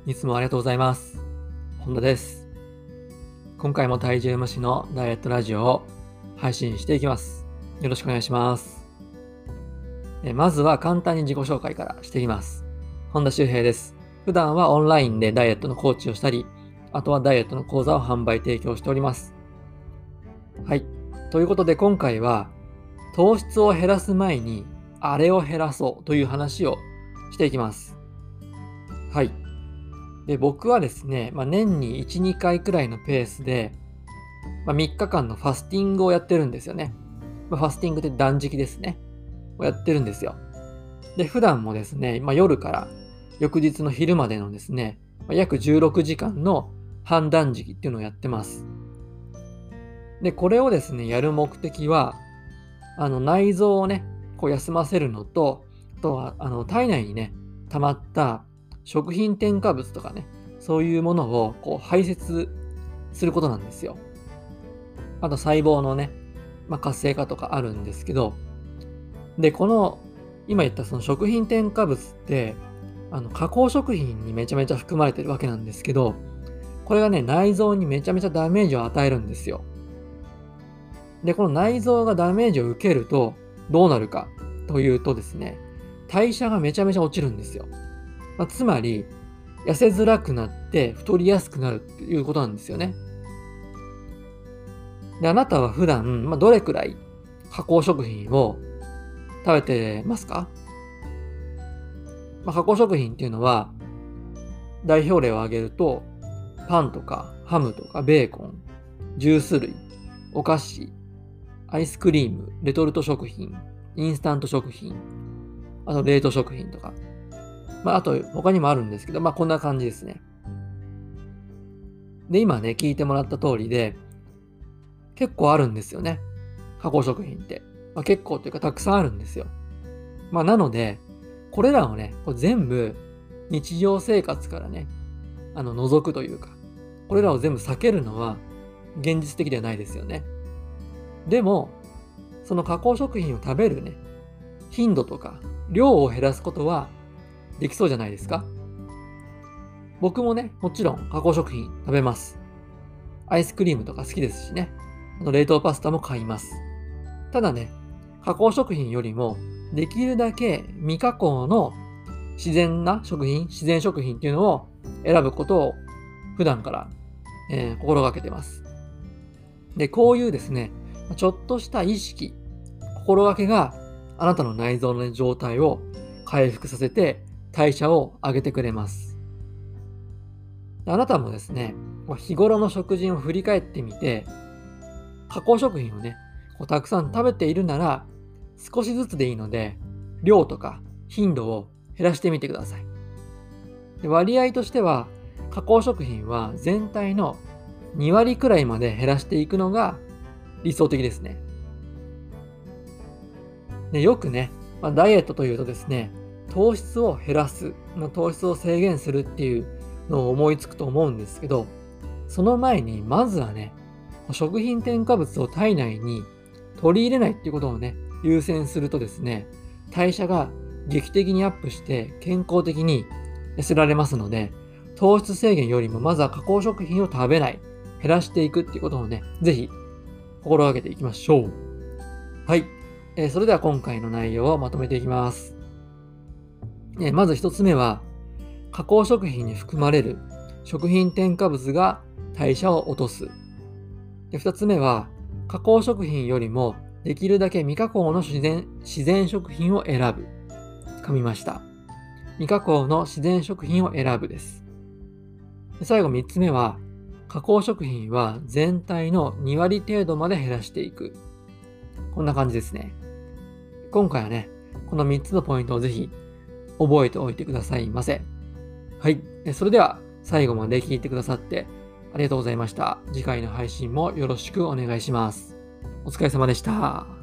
いつもありがとうございます。本田です。今回も体重無視のダイエットラジオを配信していきます。よろしくお願いします。まずは簡単に自己紹介からしていきます。本田修平です。普段はオンラインでダイエットのコーチをしたり、あとはダイエットの講座を販売提供しております。はい。ということで今回は糖質を減らす前にあれを減らそうという話をしていきます。はい。で、僕はですね、年に1、2回くらいのペースで、3日間のファスティングをやってるんですよね。ファスティングって断食ですね。をやってるんですよ。で、普段もですね、夜から翌日の昼までのですね、約16時間の半断食っていうのをやってます。で、これをですね、やる目的は、内臓をね、休ませるのと、あとは、体内にね、溜まった食品添加物とかね、そういうものを排泄することなんですよ。あと細胞のね、活性化とかあるんですけど、で、今言ったその食品添加物って、加工食品にめちゃめちゃ含まれてるわけなんですけど、これがね、内臓にめちゃめちゃダメージを与えるんですよ。で、この内臓がダメージを受けると、どうなるかというとですね、代謝がめちゃめちゃ落ちるんですよ。つまり、痩せづらくなって太りやすくなるっていうことなんですよね。で、あなたは普段、どれくらい加工食品を食べてますか？加工食品っていうのは、代表例を挙げると、パンとかハムとかベーコン、ジュース類、お菓子、アイスクリーム、レトルト食品、インスタント食品、あと冷凍食品とか、あと他にもあるんですけど、こんな感じですね。で、今ね、聞いてもらった通りで、結構あるんですよね。加工食品って。結構というかたくさんあるんですよ。なので、これらをね、全部日常生活からね、除くというか、これらを全部避けるのは現実的ではないですよね。でも、その加工食品を食べるね、頻度とか量を減らすことはできそうじゃないですか？僕もね、もちろん加工食品食べます。アイスクリームとか好きですしね。冷凍パスタも買います。ただね、加工食品よりもできるだけ未加工の自然食品っていうのを選ぶことを普段から、心がけてます。で、こういうですね、ちょっとした意識、心がけがあなたの内臓の状態を回復させて代謝を上げてくれます。あなたもですね、日頃の食事を振り返ってみて、加工食品をね、たくさん食べているなら、少しずつでいいので、量とか頻度を減らしてみてください。で、割合としては、加工食品は全体の2割くらいまで減らしていくのが理想的ですね。で、よくね、ダイエットというとですね、糖質を減らす、糖質を制限するっていうのを思いつくと思うんですけど、その前にまずはね、食品添加物を体内に取り入れないっていうことをね、優先するとですね、代謝が劇的にアップして健康的に痩せられますので、糖質制限よりもまずは加工食品を食べない、減らしていくっていうことをね、ぜひ心がけていきましょう。はい。それでは今回の内容をまとめていきます。まず一つ目は、加工食品に含まれる食品添加物が代謝を落とす。で、二つ目は、加工食品よりもできるだけ未加工の自然食品を選ぶ。噛みました。未加工の自然食品を選ぶです。で、最後三つ目は、加工食品は全体の2割程度まで減らしていく。こんな感じですね。今回はね、この3つのポイントをぜひ覚えておいてくださいませ。はい。それでは最後まで聞いてくださってありがとうございました。次回の配信もよろしくお願いします。お疲れ様でした。